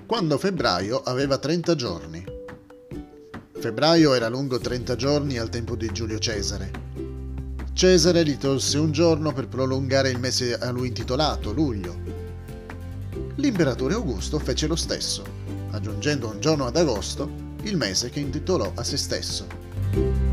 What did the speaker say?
quando febbraio aveva 30 giorni. Febbraio era lungo 30 giorni al tempo di Giulio Cesare. Cesare gli tolse un giorno per prolungare il mese a lui intitolato, luglio. L'imperatore Augusto fece lo stesso, aggiungendo un giorno ad agosto, il mese che intitolò a se stesso.